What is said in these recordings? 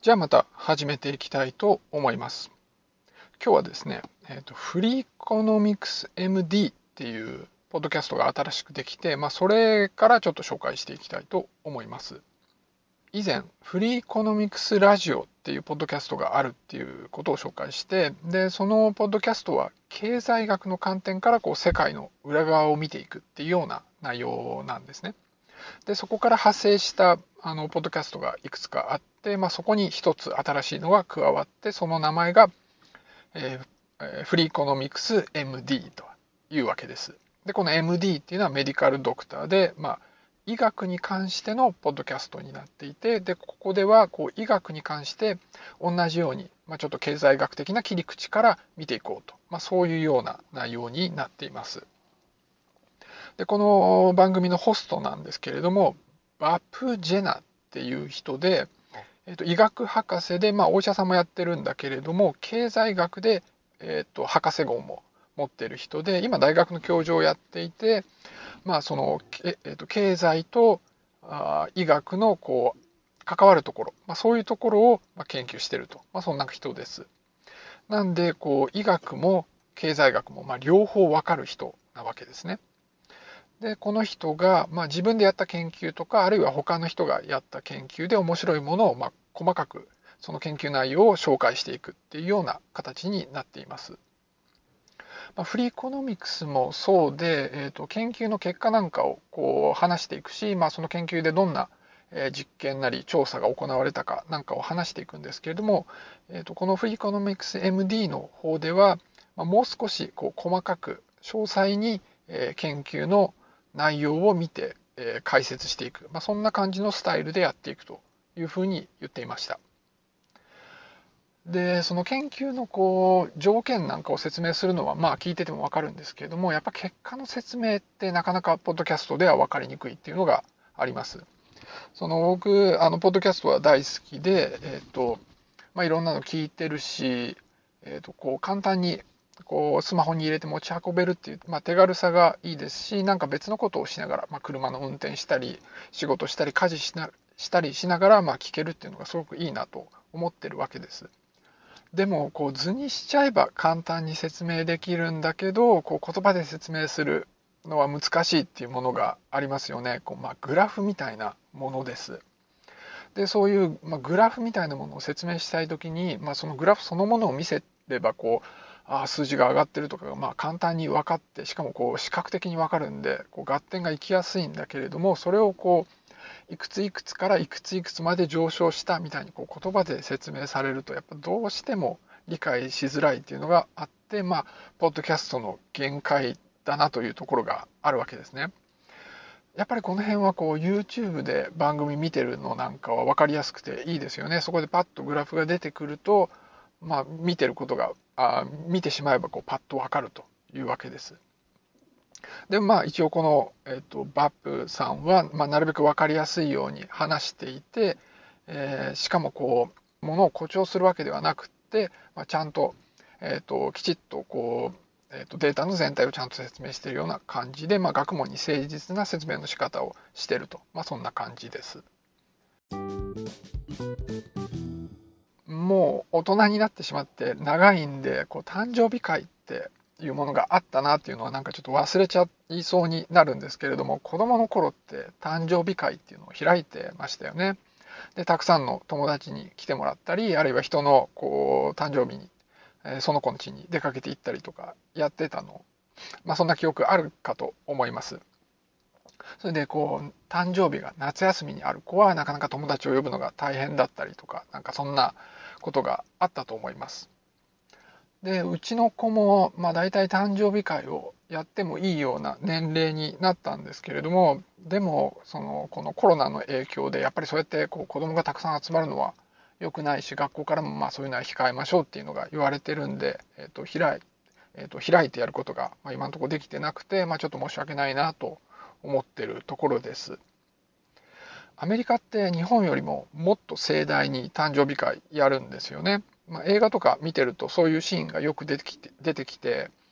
じゃあまた始めていきたいと思います。今日はですね、フリーコノミクス MD っていうポッドキャストが新しくできて、それからちょっと紹介していきたいと思います。以前、フリーコノミクスラジオっていうポッドキャストがあるっていうことを紹介して、で、そのポッドキャストは経済学の観点から世界の裏側を見ていくっていうような内容なんですね。で、そこから派生したポッドキャストがいくつかあって、そこに一つ新しいのが加わって、その名前が、フリーコノミクス MD というわけです。で、この MD っていうのはメディカルドクターで、医学に関してのポッドキャストになっていて、で、ここでは医学に関して同じように、ちょっと経済学的な切り口から見ていこうと、そういうような内容になっています。で、この番組のホストなんですけれども、バプ・ジェナっていう人で、医学博士で、お医者さんもやってるんだけれども、経済学で、博士号も持ってる人で、今大学の教授をやっていて、その、経済と医学の関わるところ、そういうところを研究してると、そんな人です。なんで、医学も経済学も両方わかる人なわけですね。で、この人が、自分でやった研究とか、あるいは他の人がやった研究で面白いものを、細かくその研究内容を紹介していくっていうような形になっています。フリーコノミクスもそうで、研究の結果なんかを話していくし、その研究でどんな実験なり調査が行われたかなんかを話していくんですけれども、このフリーコノミクス MD の方では、もう少し細かく詳細に研究の内容を見て解説していく、そんな感じのスタイルでやっていくというふうに言っていました。で、その研究の条件なんかを説明するのは聞いててもわかるんですけれども、やっぱ結果の説明ってなかなかポッドキャストではわかりにくいっていうのがあります。僕、ポッドキャストは大好きで、いろんなの聞いてるし、簡単にスマホに入れて持ち運べるっていう、手軽さがいいですし、なんか別のことをしながら、車の運転したり、仕事したり、家事したりしながら、聞けるっていうのがすごくいいなと思ってるわけです。でも、図にしちゃえば簡単に説明できるんだけど、言葉で説明するのは難しいっていうものがありますよね。グラフみたいなものです。で、そういう、グラフみたいなものを説明したいときに、そのグラフそのものを見せれば、数字が上がってるとかが、簡単に分かって、しかも視覚的に分かるんで、合点がいきやすいんだけれども、それをいくついくつからいくついくつまで上昇したみたいに言葉で説明されると、やっぱどうしても理解しづらいっていうのがあって、ポッドキャストの限界だなというところがあるわけですね。やっぱりこの辺はYouTube で番組見てるのなんかは分かりやすくていいですよね。そこでパッとグラフが出てくると、見てることが、見てしまえばパッと分かるというわけです。で、一応この、バップさんは、なるべく分かりやすいように話していて、しかもものを誇張するわけではなくって、ちゃんと、きちっとデータの全体をちゃんと説明しているような感じで、学問に誠実な説明の仕方をしていると、そんな感じです。もう大人になってしまって長いんで、誕生日会っていうものがあったなっていうのはなんかちょっと忘れちゃいそうになるんですけれども、子供の頃って誕生日会っていうのを開いてましたよね。で、たくさんの友達に来てもらったり、あるいは人の誕生日に、その子の家に出かけて行ったりとかやってたの、そんな記憶あるかと思います。それで誕生日が夏休みにある子はなかなか友達を呼ぶのが大変だったりとか、なんかそんなことがあったと思います。で、うちの子も、大体誕生日会をやってもいいような年齢になったんですけれども、でも、このコロナの影響で、やっぱりそうやって子供がたくさん集まるのは良くないし、学校からもそういうのは控えましょうっていうのが言われてるんで、開いてやることが、今のところできてなくて、ちょっと申し訳ないなと思ってるところです。アメリカって日本よりももっと盛大に誕生日会やるんですよね。映画とか見てるとそういうシーンがよく出てきて、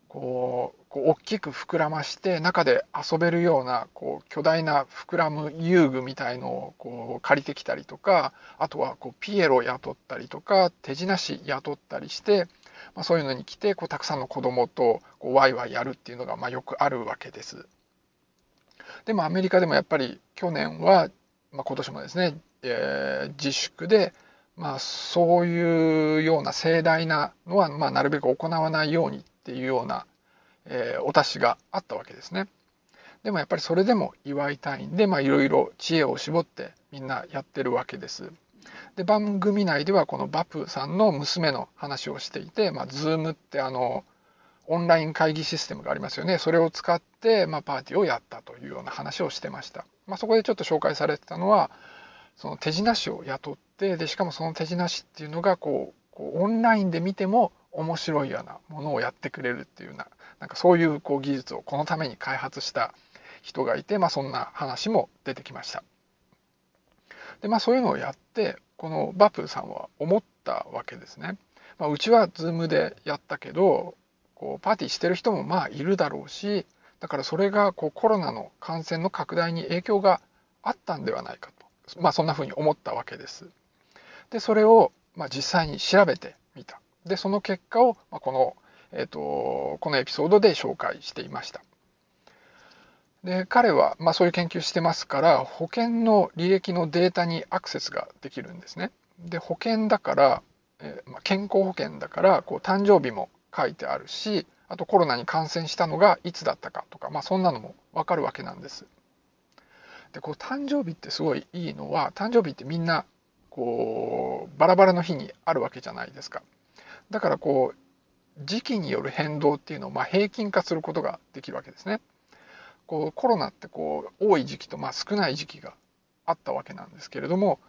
大きく膨らまして中で遊べるような巨大な膨らむ遊具みたいのを借りてきたりとか、あとはピエロを雇ったりとか手品師雇ったりして、そういうのに来てたくさんの子供とワイワイやるっていうのがよくあるわけです。でもアメリカでもやっぱり去年は、今年もですね、自粛で、そういうような盛大なのは、なるべく行わないようにっていうような、お達しがあったわけですね。でもやっぱりそれでも祝いたいんで、いろいろ知恵を絞ってみんなやってるわけです。で、番組内ではこのバプさんの娘の話をしていて、Zoom ってオンライン会議システムがありますよね。それを使って、パーティーをやったというような話をしてました。そこでちょっと紹介されてたのは、その手品師を雇って、でしかもその手品師っていうのがオンラインで見ても面白いようなものをやってくれるっていうような、なんかそういう技術をこのために開発した人がいて、そんな話も出てきました。で、そういうのをやって、このバプさんは思ったわけですね。うちは Zoom でやったけど、パーティーしてる人もいるだろうし、だからそれがコロナの感染の拡大に影響があったんではないかと、そんなふうに思ったわけです。で、それを実際に調べてみた。で、その結果をこのエピソードで紹介していました。で、彼はそういう研究してますから、保険の履歴のデータにアクセスができるんですね。で、保険だから、健康保険だから誕生日も書いてあるし、あとコロナに感染したのがいつだったかとか、そんなのもわかるわけなんです。で、誕生日ってすごいいいのは、誕生日ってみんなバラバラの日にあるわけじゃないですか。だから時期による変動っていうのを平均化することができるわけですね。コロナって多い時期と少ない時期があったわけなんですけれども、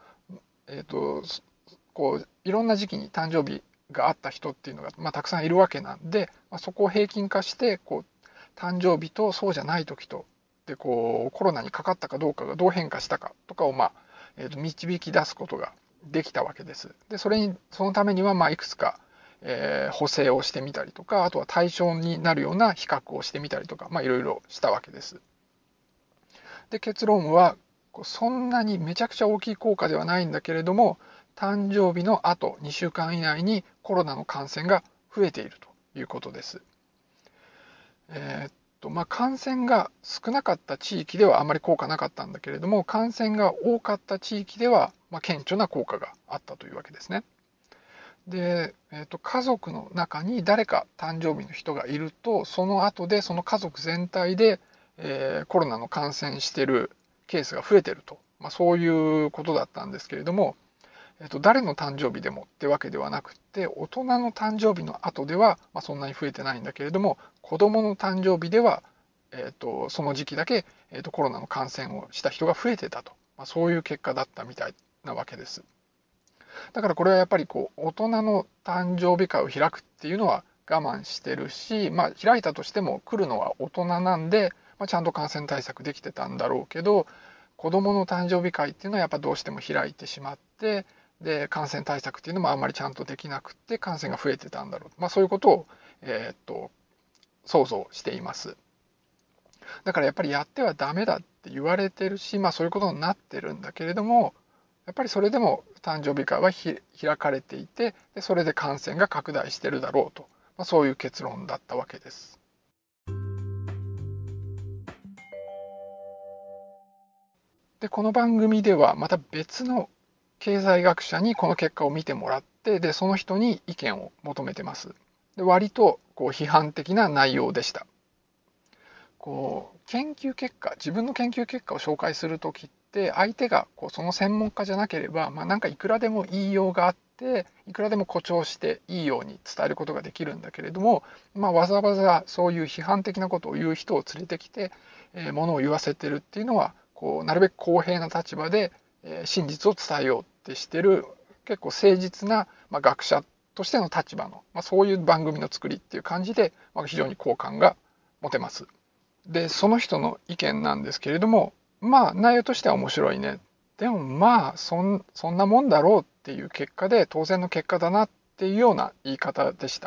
いろんな時期に誕生日があった人っていうのが、たくさんいるわけなんで、そこを平均化して誕生日とそうじゃない時とでコロナにかかったかどうかがどう変化したかとかを、導き出すことができたわけです。で、そのためには、いくつか、補正をしてみたりとか、あとは対象になるような比較をしてみたりとか、いろいろしたわけです。で、結論は、そんなにめちゃくちゃ大きい効果ではないんだけれども、誕生日の後2週間以内にコロナの感染が増えているということです。感染が少なかった地域ではあまり効果なかったんだけれども、感染が多かった地域では、顕著な効果があったというわけですね。で、家族の中に誰か誕生日の人がいると、その後でその家族全体で、コロナの感染しているケースが増えていると、そういうことだったんですけれども、誰の誕生日でもってわけではなくて、大人の誕生日の後では、そんなに増えてないんだけれども、子供の誕生日では、その時期だけ、コロナの感染をした人が増えてたと、そういう結果だったみたいなわけです。だからこれはやっぱり大人の誕生日会を開くっていうのは我慢してるし、開いたとしても来るのは大人なんで、ちゃんと感染対策できてたんだろうけど、子供の誕生日会っていうのはやっぱどうしても開いてしまって、で、感染対策っていうのもあんまりちゃんとできなくて感染が増えてたんだろう。そういうことを、想像しています。だからやっぱりやってはダメだって言われてるし、そういうことになってるんだけれども、やっぱりそれでも誕生日会は開かれていて、でそれで感染が拡大してるだろうと、そういう結論だったわけです。で、この番組ではまた別の経済学者にこの結果を見てもらって、で、その人に意見を求めてます。で、割と批判的な内容でした。研究結果、自分の研究結果を紹介するときって、相手がその専門家じゃなければ、なんかいくらでも言いようがあって、いくらでも誇張していいように伝えることができるんだけれども、わざわざそういう批判的なことを言う人を連れてきて、ものを言わせてるっていうのは、なるべく公平な立場で、真実を伝えようってしてる、結構誠実な、学者としての立場の、そういう番組の作りっていう感じで、非常に好感が持てます。で、その人の意見なんですけれども、内容としては面白いね。でもそんなもんだろうっていう結果で、当然の結果だなっていうような言い方でした。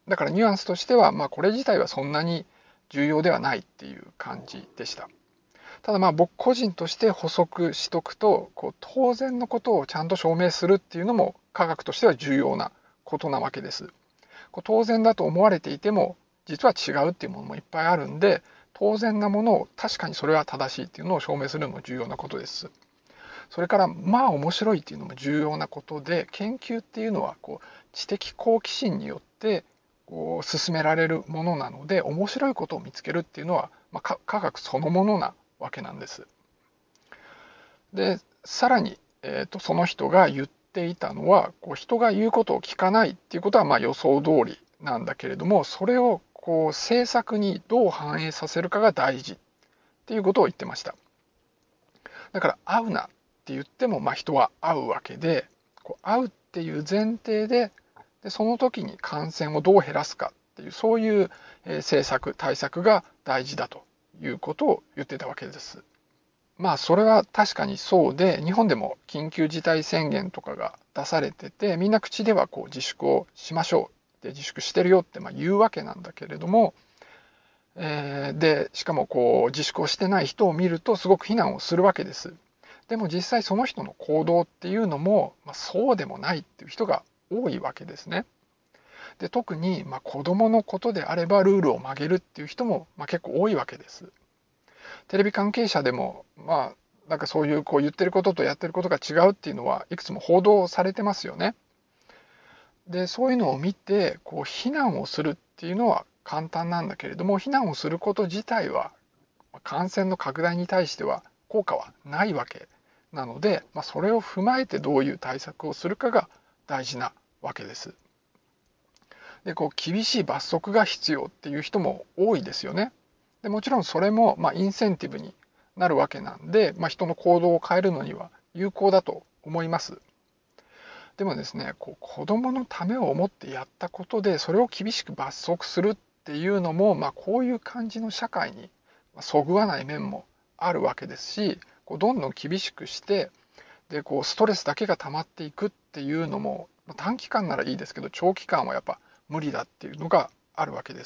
だからニュアンスとしては、これ自体はそんなに重要ではないっていう感じでした。ただ僕個人として補足しとくと、当然のことをちゃんと証明するっていうのも科学としては重要なことなわけです。当然だと思われていても実は違うっていうものもいっぱいあるんで、当然なものを確かにそれは正しいっていうのを証明するのも重要なことです。それから面白いっていうのも重要なことで、研究っていうのは知的好奇心によって進められるものなので、面白いことを見つけるっていうのは、科学そのものなわけなんです。でさらに、その人が言っていたのは、人が言うことを聞かないっていうことは予想通りなんだけれども、それを政策にどう反映させるかが大事っていうことを言ってました。だから会うなって言っても人は会うわけで、会うっていう前提で、その時に感染をどう減らすかっていう、そういう政策対策が大事だということを言ってたわけです。それは確かにそうで、日本でも緊急事態宣言とかが出されてて、みんな口では自粛をしましょうで、自粛してるよって言うわけなんだけれども、でしかも自粛をしてない人を見るとすごく非難をするわけです。でも実際その人の行動っていうのも、そうでもないっていう人が多いわけですね。で特に子供のことであればルールを曲げるっていう人も結構多いわけです。テレビ関係者でもなんかそういう言ってることとやってることが違うっていうのはいくつも報道されてますよね。でそういうのを見て非難をするっていうのは簡単なんだけれども、非難をすること自体は感染の拡大に対しては効果はないわけなので、それを踏まえてどういう対策をするかが大事なわけです。で厳しい罰則が必要っていう人も多いですよね。でもちろんそれもインセンティブになるわけなんで、人の行動を変えるのには有効だと思います。でもですね、子供のためを思ってやったことでそれを厳しく罰則するっていうのも、こういう感じの社会にそぐわない面もあるわけですし、どんどん厳しくしてでストレスだけが溜まっていくっていうのも、短期間ならいいですけど長期間はやっぱ無理だっていうのがあるわけです。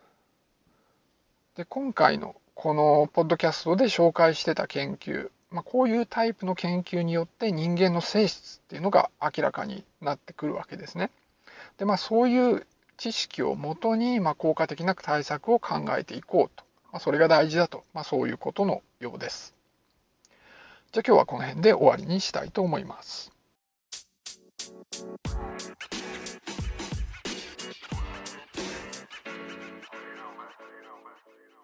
で今回のこのポッドキャストで紹介してた研究、こういうタイプの研究によって人間の性質っていうのが明らかになってくるわけですね。でそういう知識をもとに効果的な対策を考えていこうと、それが大事だと、そういうことのようです。じゃあ今日はこの辺で終わりにしたいと思います。